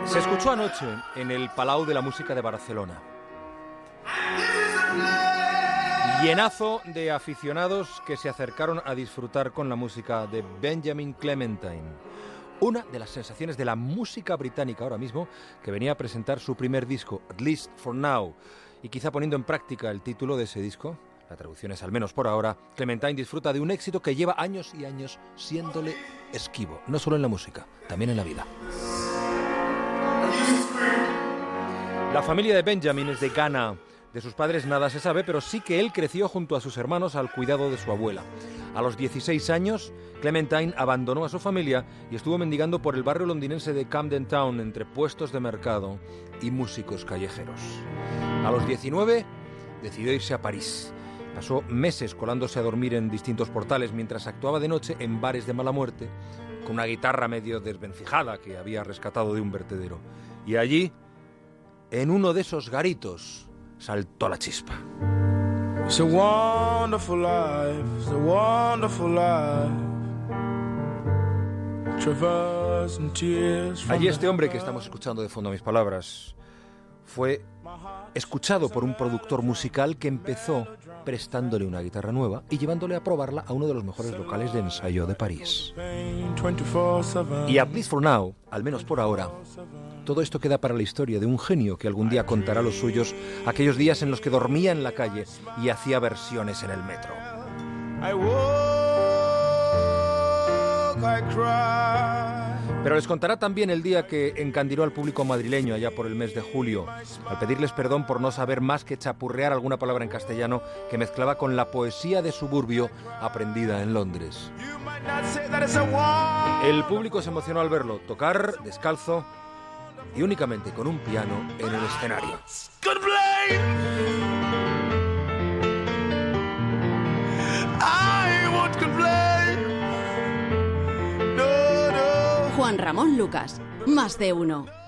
Se escuchó anoche en el Palau de la Música de Barcelona. Llenazo de aficionados que se acercaron a disfrutar con la música de Benjamin Clementine. Una de las sensaciones de la música británica ahora mismo, que venía a presentar su primer disco, At Least For Now. Y quizá poniendo en práctica el título de ese disco, la traducción es al menos por ahora, Clementine disfruta de un éxito que lleva años y años siéndole esquivo, no solo en la música, también en la vida. La familia de Benjamin es de Ghana. De sus padres nada se sabe, pero sí que él creció junto a sus hermanos al cuidado de su abuela. A los 16 años, Clementine abandonó a su familia y estuvo mendigando por el barrio londinense de Camden Town entre puestos de mercado y músicos callejeros. A los 19, decidió irse a París. Pasó meses colándose a dormir en distintos portales mientras actuaba de noche en bares de mala muerte, con una guitarra medio desvencijada que había rescatado de un vertedero. Y allí, en uno de esos garitos, saltó la chispa. It's a wonderful life, it's a wonderful life. Traversing tears from Allí este hombre que estamos escuchando de fondo a mis palabras fue escuchado por un productor musical que empezó prestándole una guitarra nueva y llevándole a probarla a uno de los mejores locales de ensayo de París. Y At Least For Now, al menos por ahora, todo esto queda para la historia de un genio que algún día contará los suyos aquellos días en los que dormía en la calle y hacía versiones en el metro. Pero les contará también el día que encandiló al público madrileño allá por el mes de julio, al pedirles perdón por no saber más que chapurrear alguna palabra en castellano que mezclaba con la poesía de suburbio aprendida en Londres. El público se emocionó al verlo tocar descalzo y únicamente con un piano en el escenario. Juan Ramón Lucas, Más de Uno.